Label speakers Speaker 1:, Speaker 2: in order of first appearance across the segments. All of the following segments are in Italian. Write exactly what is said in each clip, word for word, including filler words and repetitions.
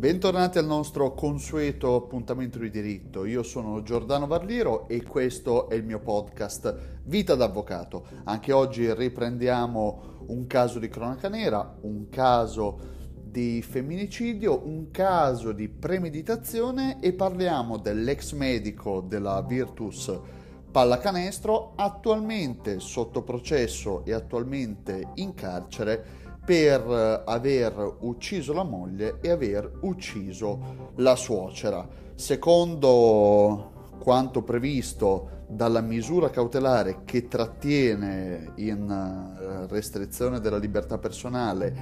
Speaker 1: Bentornati al nostro consueto appuntamento di diritto. Io sono Giordano Varliero e questo è il mio podcast Vita d'Avvocato. Anche oggi riprendiamo un caso di cronaca nera, un caso di femminicidio, un caso di premeditazione e parliamo dell'ex medico della Virtus Pallacanestro, attualmente sotto processo e attualmente in carcere per aver ucciso la moglie e aver ucciso la suocera. Secondo quanto previsto dalla misura cautelare che trattiene in restrizione della libertà personale,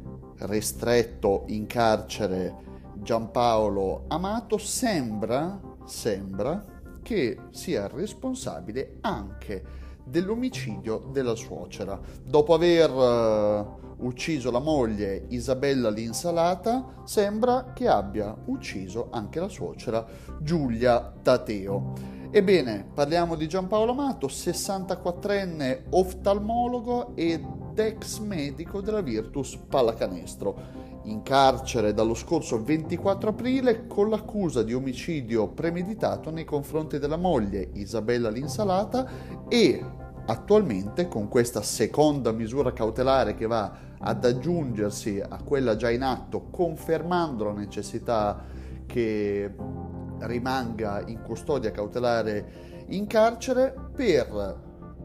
Speaker 1: ristretto in carcere Giampaolo Amato, sembra, sembra che sia responsabile anche dell'omicidio della suocera. Dopo aver uh, ucciso la moglie Isabella L'Insalata, sembra che abbia ucciso anche la suocera Giulia Tateo. Ebbene, parliamo di Giampaolo Amato, sessantaquattrenne oftalmologo ed ex medico della Virtus Pallacanestro, in carcere dallo scorso ventiquattro aprile con l'accusa di omicidio premeditato nei confronti della moglie Isabella L'Insalata e attualmente con questa seconda misura cautelare che va ad aggiungersi a quella già in atto, confermando la necessità che rimanga in custodia cautelare in carcere per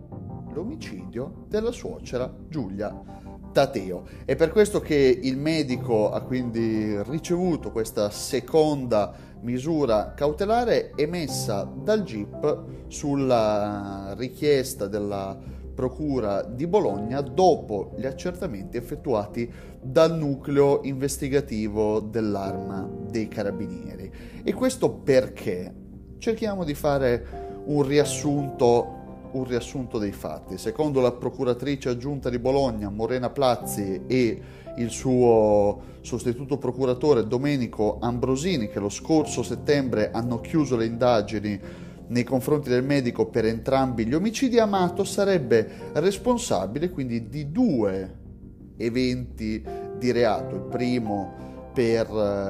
Speaker 1: l'omicidio della suocera Giulia Tateo. È per questo che il medico ha quindi ricevuto questa seconda misura cautelare emessa dal G I P sulla richiesta della Procura di Bologna dopo gli accertamenti effettuati dal nucleo investigativo dell'Arma dei Carabinieri. E questo perché? Cerchiamo di fare un riassunto un riassunto dei fatti. Secondo la procuratrice aggiunta di Bologna, Morena Plazzi, e il suo sostituto procuratore Domenico Ambrosini, che lo scorso settembre hanno chiuso le indagini nei confronti del medico per entrambi gli omicidi, Amato sarebbe responsabile quindi di due eventi di reato, il primo per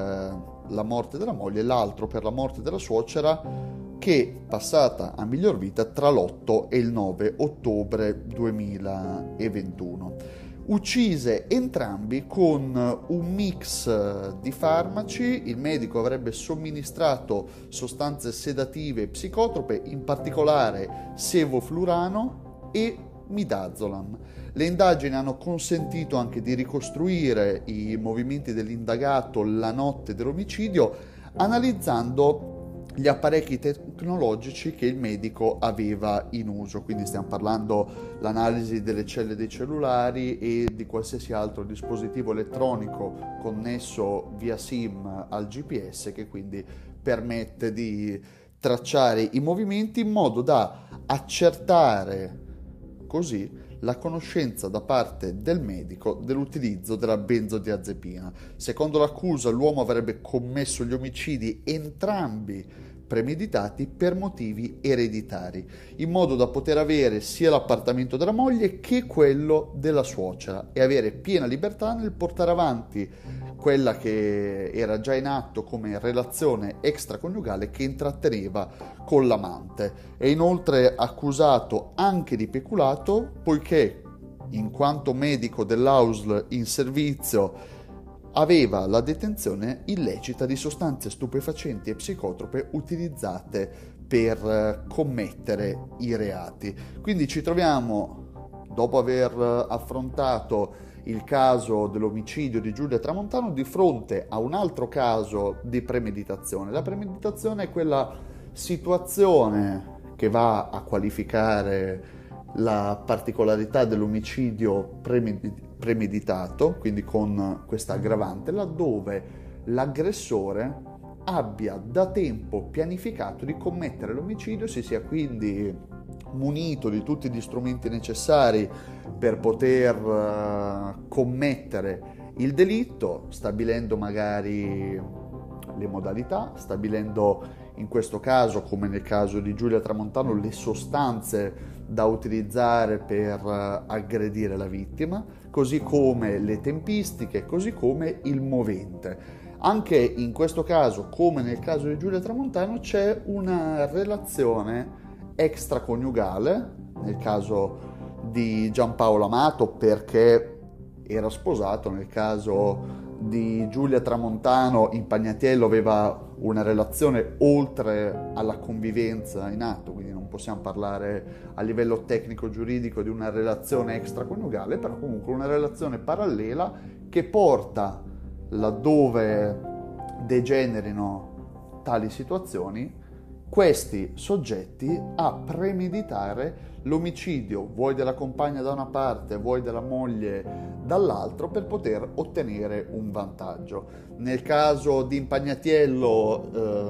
Speaker 1: la morte della moglie e l'altro per la morte della suocera, che passata a miglior vita tra l'otto e il nove ottobre duemilaventuno. Uccise entrambi con un mix di farmaci. Il medico avrebbe somministrato sostanze sedative e psicotrope, in particolare sevoflurano e midazolam. Le indagini hanno consentito anche di ricostruire i movimenti dell'indagato la notte dell'omicidio, analizzando gli apparecchi tecnologici che il medico aveva in uso, quindi stiamo parlando l'analisi delle celle dei cellulari e di qualsiasi altro dispositivo elettronico connesso via SIM al G P S, che quindi permette di tracciare i movimenti in modo da accertare così la conoscenza da parte del medico dell'utilizzo della benzodiazepina. Secondo l'accusa, l'uomo avrebbe commesso gli omicidi entrambi premeditati per motivi ereditari, in modo da poter avere sia l'appartamento della moglie che quello della suocera e avere piena libertà nel portare avanti quella che era già in atto come relazione extraconiugale che intratteneva con l'amante. È inoltre accusato anche di peculato, poiché in quanto medico dell'A U S L in servizio aveva la detenzione illecita di sostanze stupefacenti e psicotrope utilizzate per commettere i reati. Quindi ci troviamo, dopo aver affrontato il caso dell'omicidio di Giulia Tramontano, di fronte a un altro caso di premeditazione. La premeditazione è quella situazione che va a qualificare la particolarità dell'omicidio premeditato, quindi con questa aggravante, laddove l'aggressore abbia da tempo pianificato di commettere l'omicidio, si sia quindi munito di tutti gli strumenti necessari per poter uh, commettere il delitto, stabilendo magari le modalità, stabilendo in questo caso, come nel caso di Giulia Tramontano, le sostanze da utilizzare per uh, aggredire la vittima, così come le tempistiche, così come il movente. Anche in questo caso, come nel caso di Giulia Tramontano, c'è una relazione extraconiugale, nel caso di Giampaolo Amato perché era sposato, nel caso di Giulia Tramontano Impagnatiello aveva una relazione oltre alla convivenza in atto, quindi non possiamo parlare a livello tecnico-giuridico di una relazione extraconiugale, però comunque una relazione parallela che porta, laddove degenerino tali situazioni, questi soggetti a premeditare l'omicidio, vuoi della compagna da una parte, vuoi della moglie dall'altro, per poter ottenere un vantaggio. Nel caso di Impagnatiello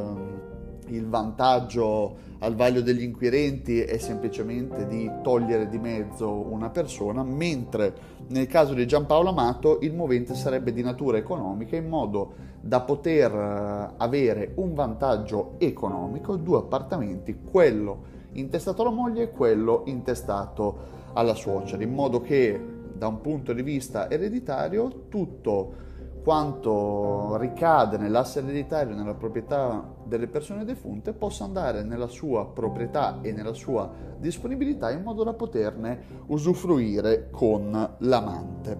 Speaker 1: eh, il vantaggio al vaglio degli inquirenti è semplicemente di togliere di mezzo una persona, mentre nel caso di Giampaolo Amato il movente sarebbe di natura economica, in modo da poter avere un vantaggio economico, due appartamenti, quello intestato alla moglie e quello intestato alla suocera, in modo che da un punto di vista ereditario tutto quanto ricade nell'asse ereditario, nella proprietà delle persone defunte, possa andare nella sua proprietà e nella sua disponibilità, in modo da poterne usufruire con l'amante.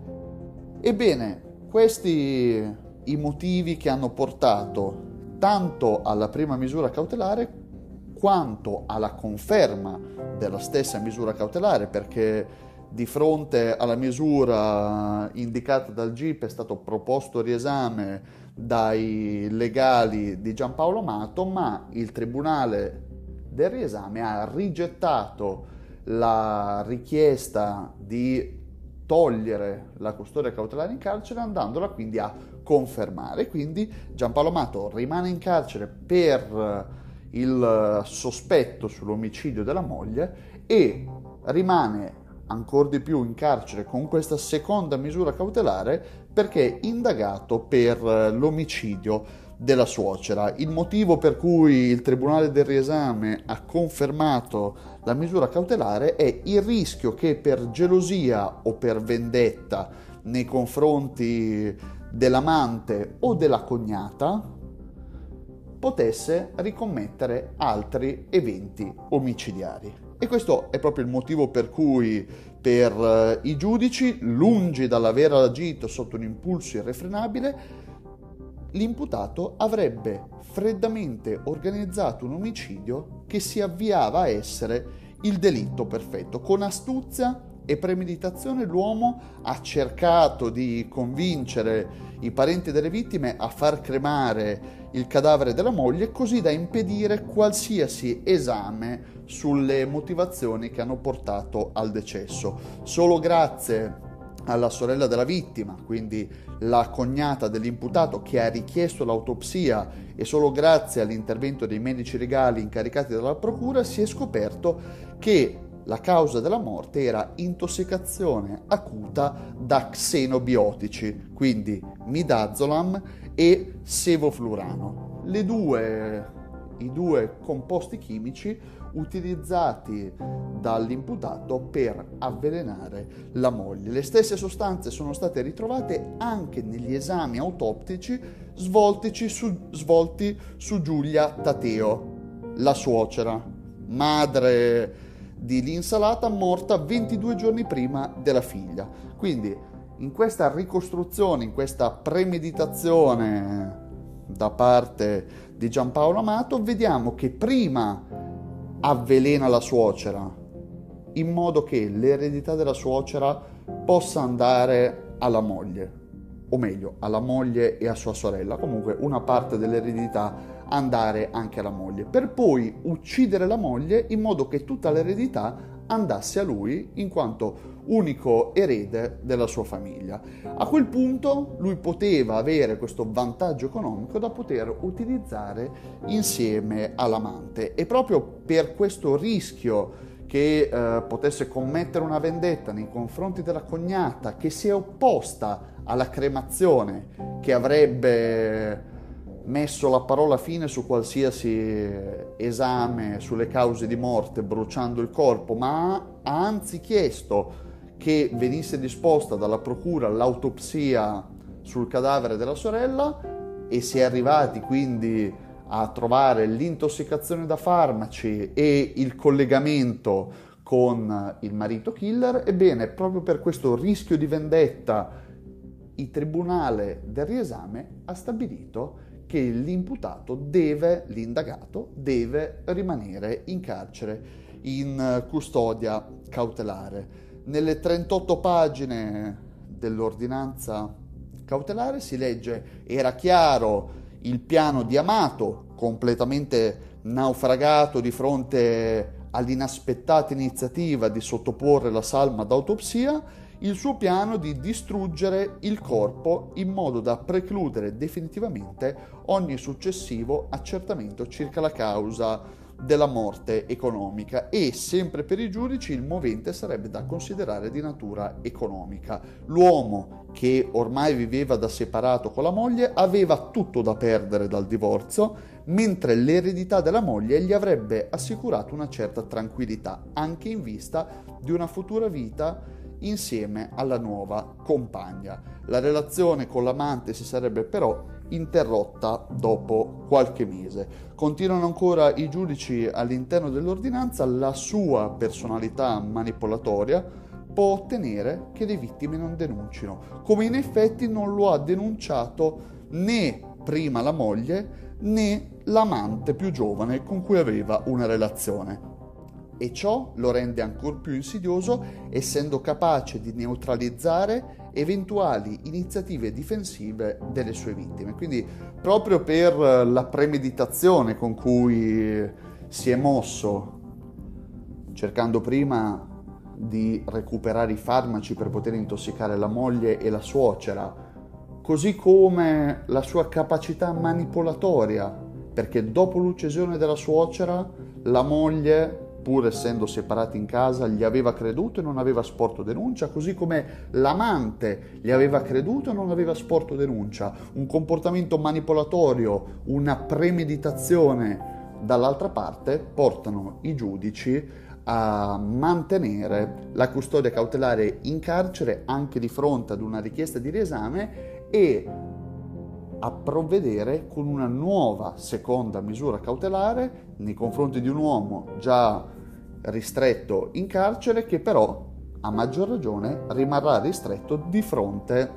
Speaker 1: Ebbene, questi i motivi che hanno portato tanto alla prima misura cautelare quanto alla conferma della stessa misura cautelare, perché di fronte alla misura indicata dal G I P è stato proposto riesame dai legali di Giampaolo Amato, ma il Tribunale del riesame ha rigettato la richiesta di togliere la custodia cautelare in carcere, andandola quindi a confermare. Quindi Giampaolo Amato rimane in carcere per il sospetto sull'omicidio della moglie e rimane ancora di più in carcere con questa seconda misura cautelare perché indagato per l'omicidio della suocera. Il motivo per cui il Tribunale del riesame ha confermato la misura cautelare è il rischio che per gelosia o per vendetta nei confronti dell'amante o della cognata potesse ricommettere altri eventi omicidiari. E questo è proprio il motivo per cui per i giudici, lungi dall'aver agito sotto un impulso irrefrenabile, l'imputato avrebbe freddamente organizzato un omicidio che si avviava a essere il delitto perfetto. Con astuzia e premeditazione l'uomo ha cercato di convincere i parenti delle vittime a far cremare il cadavere della moglie, così da impedire qualsiasi esame sulle motivazioni che hanno portato al decesso. Solo grazie alla sorella della vittima, quindi la cognata dell'imputato, che ha richiesto l'autopsia, e solo grazie all'intervento dei medici legali incaricati dalla procura si è scoperto che la causa della morte era intossicazione acuta da xenobiotici, quindi midazolam e sevoflurano, le due, i due composti chimici utilizzati dall'imputato per avvelenare la moglie. Le stesse sostanze sono state ritrovate anche negli esami autoptici svoltici su, svolti su Giulia Tateo, la suocera, madre di l'insalata, morta ventidue giorni prima della figlia. Quindi in questa ricostruzione, in questa premeditazione da parte di Giampaolo Amato, vediamo che prima avvelena la suocera in modo che l'eredità della suocera possa andare alla moglie, o meglio alla moglie e a sua sorella, comunque una parte dell'eredità andare anche alla moglie, per poi uccidere la moglie in modo che tutta l'eredità andasse a lui in quanto unico erede della sua famiglia. A quel punto lui poteva avere questo vantaggio economico da poter utilizzare insieme all'amante, e proprio per questo rischio che eh, potesse commettere una vendetta nei confronti della cognata, che si è opposta alla cremazione, che avrebbe messo la parola fine su qualsiasi esame sulle cause di morte bruciando il corpo, ma ha anzi chiesto che venisse disposta dalla procura l'autopsia sul cadavere della sorella, e si è arrivati quindi a trovare l'intossicazione da farmaci e il collegamento con il marito killer, ebbene, proprio per questo rischio di vendetta, il tribunale del riesame ha stabilito che l'imputato deve, l'indagato, deve rimanere in carcere, in custodia cautelare. Nelle trentotto pagine dell'ordinanza cautelare si legge: era chiaro il piano di Amato, completamente naufragato di fronte all'inaspettata iniziativa di sottoporre la salma ad autopsia, il suo piano di distruggere il corpo in modo da precludere definitivamente ogni successivo accertamento circa la causa della morte economica, e sempre per i giudici il movente sarebbe da considerare di natura economica. L'uomo, che ormai viveva da separato con la moglie, aveva tutto da perdere dal divorzio, mentre l'eredità della moglie gli avrebbe assicurato una certa tranquillità, anche in vista di una futura vita insieme alla nuova compagna. La relazione con l'amante si sarebbe però interrotta dopo qualche mese. Continuano ancora i giudici all'interno dell'ordinanza: la sua personalità manipolatoria può ottenere che le vittime non denuncino, come in effetti non lo ha denunciato né prima la moglie né l'amante più giovane con cui aveva una relazione. E ciò lo rende ancor più insidioso, essendo capace di neutralizzare eventuali iniziative difensive delle sue vittime. Quindi, proprio per la premeditazione con cui si è mosso, cercando prima di recuperare i farmaci per poter intossicare la moglie e la suocera, così come la sua capacità manipolatoria, perché dopo l'uccisione della suocera la moglie, pur essendo separati in casa, gli aveva creduto e non aveva sporto denuncia, così come l'amante gli aveva creduto e non aveva sporto denuncia. Un comportamento manipolatorio, una premeditazione dall'altra parte portano i giudici a mantenere la custodia cautelare in carcere anche di fronte ad una richiesta di riesame e a provvedere con una nuova seconda misura cautelare nei confronti di un uomo già ristretto in carcere, che però a maggior ragione rimarrà ristretto di fronte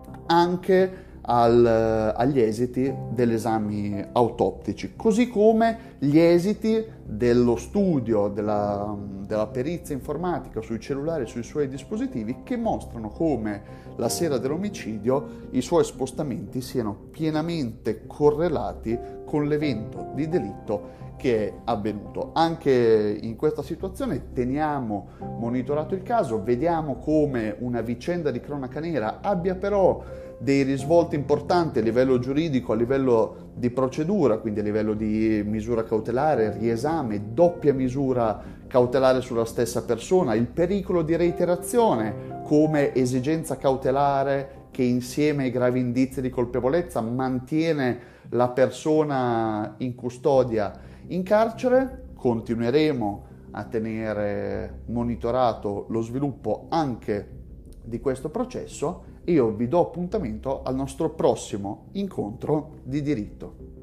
Speaker 1: anche al, agli esiti degli esami autoptici, così come gli esiti dello studio della, della perizia informatica sui cellulari e sui suoi dispositivi, che mostrano come la sera dell'omicidio i suoi spostamenti siano pienamente correlati con l'evento di delitto che è avvenuto. Anche in questa situazione teniamo monitorato il caso, vediamo come una vicenda di cronaca nera abbia però dei risvolti importanti a livello giuridico, a livello di procedura, quindi a livello di misura cautelare, riesame, doppia misura cautelare sulla stessa persona, il pericolo di reiterazione come esigenza cautelare che insieme ai gravi indizi di colpevolezza mantiene la persona in custodia in carcere. Continueremo a tenere monitorato lo sviluppo anche di questo processo. Io vi do appuntamento al nostro prossimo incontro di diritto.